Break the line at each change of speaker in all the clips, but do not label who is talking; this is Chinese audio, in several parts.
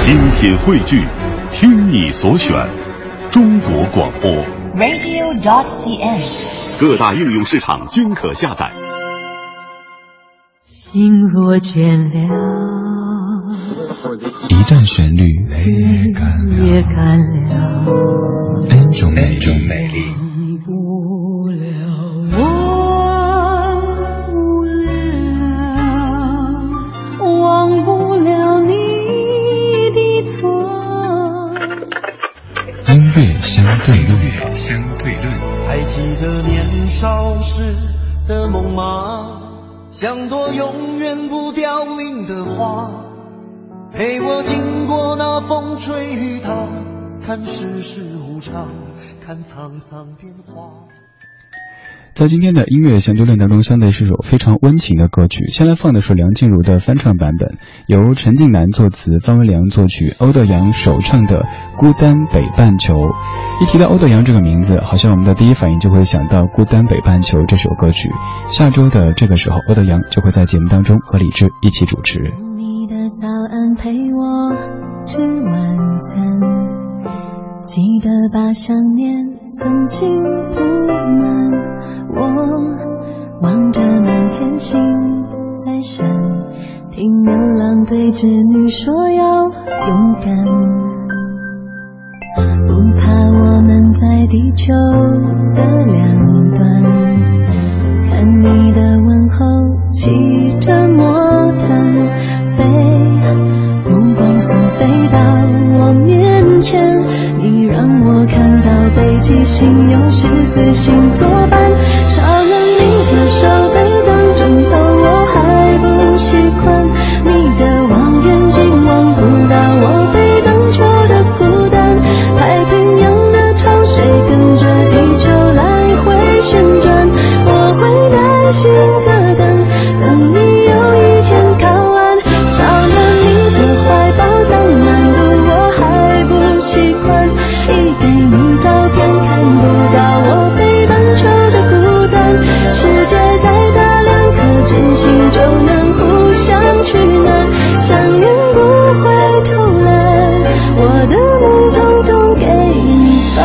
精品汇聚，听你所选，中国广播
radio.cn，
各大应用市场均可下载。
心若倦了，
一段旋律
也干了
，N 种美丽。
忘不了你的错。
音乐相对论，
还记得年少时的梦吗？像朵永远不凋零的花，陪我经过那风吹雨打，看世事无常，看沧桑变化。
在今天的音乐相对论当中，相对是首非常温情的歌曲。先来放的是梁静茹的翻唱版本，由陈近南作词，方文良作曲，欧德阳首唱的《孤单北半球》。一提到欧德阳这个名字，好像我们的第一反应就会想到《孤单北半球》这首歌曲。下周的这个时候，欧德阳就会在节目当中和李志一起主持。
你的早安陪我吃晚餐，记得把想念曾经铺满。我望着满天星在闪，听牛郎对织女说要勇敢，不怕我们在地球的两端，看你的问候骑着魔毯飞，如光速飞到我面前，你让我看到北极星有十字星作伴，少了你的手背当枕头我还不习惯，你的望远镜望不到我北半球的孤单，太平洋的潮水跟着地球来回旋转，我会耐心的等你有一天看完，少了你的怀抱当满路我还不习惯，一给你照片看不到我北半球的孤单，世界再大两颗真心就能互相取暖，想念不会偷懒，我的梦统统给你保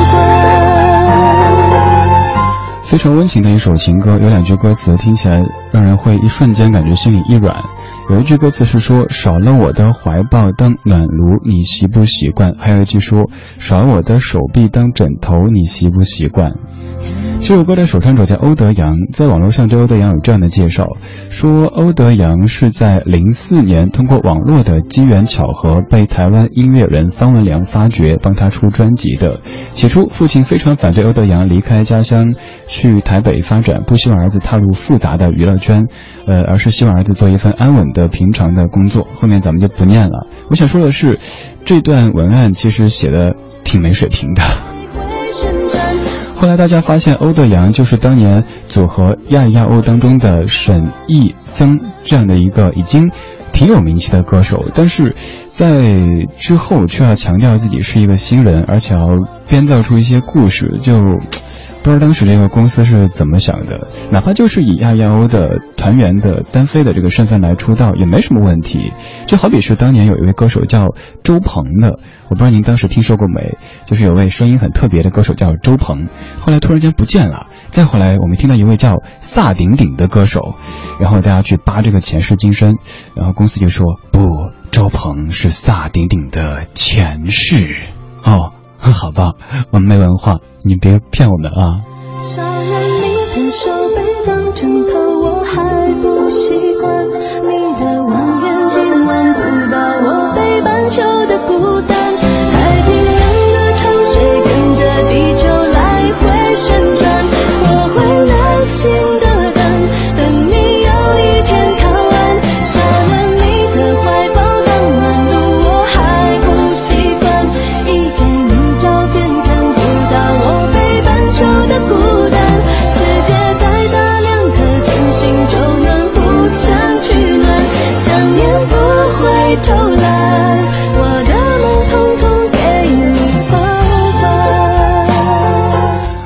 管。
非常温情的一首情歌，有两句歌词听起来让人会一瞬间感觉心里一软。有一句歌词是说，少了我的怀抱当暖炉你习不习惯，还有一句说，少了我的手臂当枕头你习不习惯。这首歌的首唱者叫欧德阳，在网络上对欧德阳有这样的介绍，说欧德阳是在04年通过网络的机缘巧合被台湾音乐人方文良发掘，帮他出专辑的。起初父亲非常反对欧德阳离开家乡去台北发展，不希望儿子踏入复杂的娱乐圈，而是希望儿子做一份安稳的平常的工作。后面咱们就不念了。我想说的是，这段文案其实写的挺没水平的。后来大家发现欧德阳就是当年组合亚亚欧当中的沈义曾这样的一个已经挺有名气的歌手，但是在之后却要强调自己是一个新人，而且要编造出一些故事，就不知道当时这个公司是怎么想的。哪怕就是以亚亚欧的团员的单飞的这个身份来出道也没什么问题。就好比是当年有一位歌手叫周鹏的，我不知道您当时听说过没，就是有位声音很特别的歌手叫周鹏，后来突然间不见了。再后来我们听到一位叫萨顶顶的歌手，然后大家去扒这个前世今生，然后公司就说不，周鹏是萨顶顶的前世。哦，好吧，我们没文化，你别骗我们啊。
少了你的手背当枕头我还不习惯，你的望远镜望不到我北半球的孤单，太平洋的潮水跟着地球来回旋转，我会耐心的等你有一天看完，少了你的怀抱当暖炉我还不习惯，一给你照片看不到我北半球的孤单，世界再大两颗真心就能互相取暖，想念不会偷懒，我的梦统统给你保管。
本来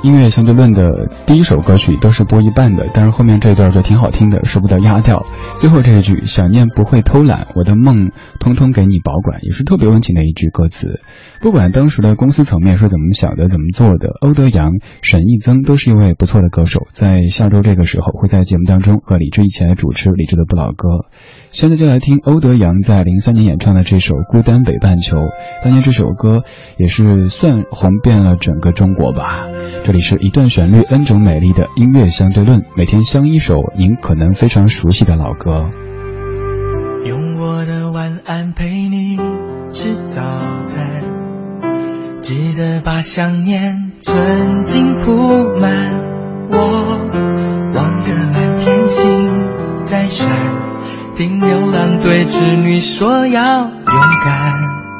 音乐相对论的第一首歌曲都是播一半的，但是后面这段就挺好听的，舍不得压掉。最后这一句想念不会偷懒，我的梦通通给你保管，也是特别温情的一句歌词。不管当时的公司层面是怎么想的怎么做的，欧德阳、沈亦曾都是一位不错的歌手，在下周这个时候会在节目当中和李志一起来主持李志的不老歌。现在就来听欧德阳在03年演唱的这首《孤单北半球》，当年这首歌也是算红遍了整个中国吧。这里是一段旋律 N 种美丽的音乐相对论，每天相一首您可能非常熟悉的老歌。
用我的晚安陪你吃早餐，记得把想念存进铺满，我望着满天星在闪，听牛郎对织女说要勇敢，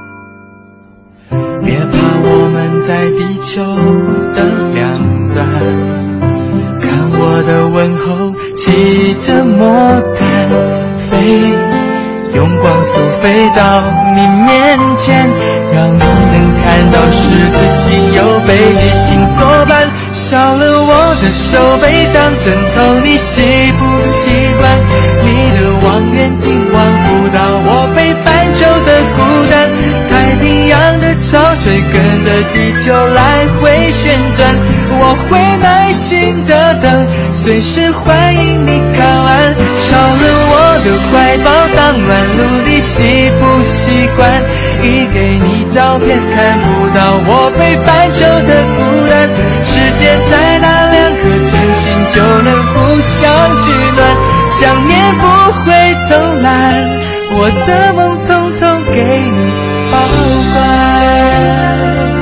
别怕我们在地球的两端，看我的问候骑着魔毯飞，用光速飞到你面前，让你能看到十字星有北极星作伴，少了我的手背当枕头，你习不习惯？你的望远镜望不到我北半球的孤单，太平洋的潮水跟着地球来回旋转，我会耐心的等，随时欢迎你靠岸，少了我的怀抱当暖炉，你习不习惯？一给你照片看不到我北半球的孤单，世界在哪两颗真心就能互相取暖，想念不会偷懒，我的梦统统给你保管。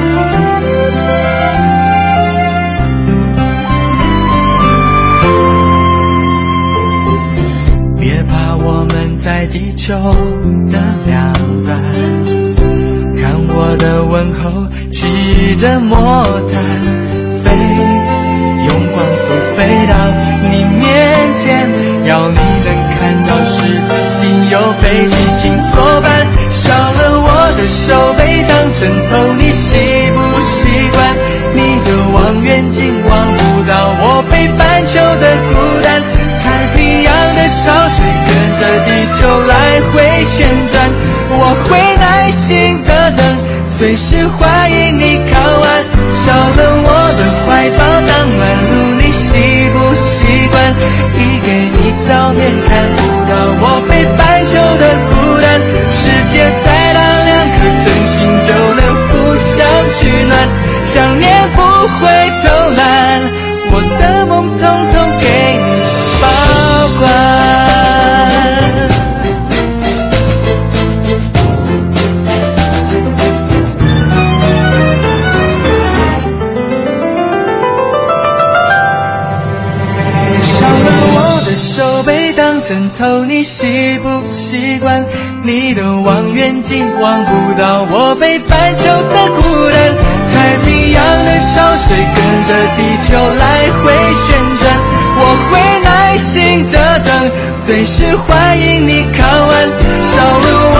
别怕我们在地球的两端，看我的问候骑着魔毯飞，用光速飞到你面前，要你能看到十字星有北极星作伴，少了我的手背当枕头，你习不习惯？你的望远镜望不到我北半球的孤单，太平洋的潮水跟着地球来回旋转，我会耐心的等，随时欢迎你靠岸，少了我的怀抱当暖炉，你习不习惯？一给你照片看不到我北半球的孤单，世界再大两颗真心就能互相取暖，想念不会偷懒，我的梦统统给你保管。手背当枕头，你习不习惯？你的望远镜望不到我北半球的孤单，太平洋的潮水跟着地球来回旋转，我会耐心的等，随时欢迎你靠岸，少了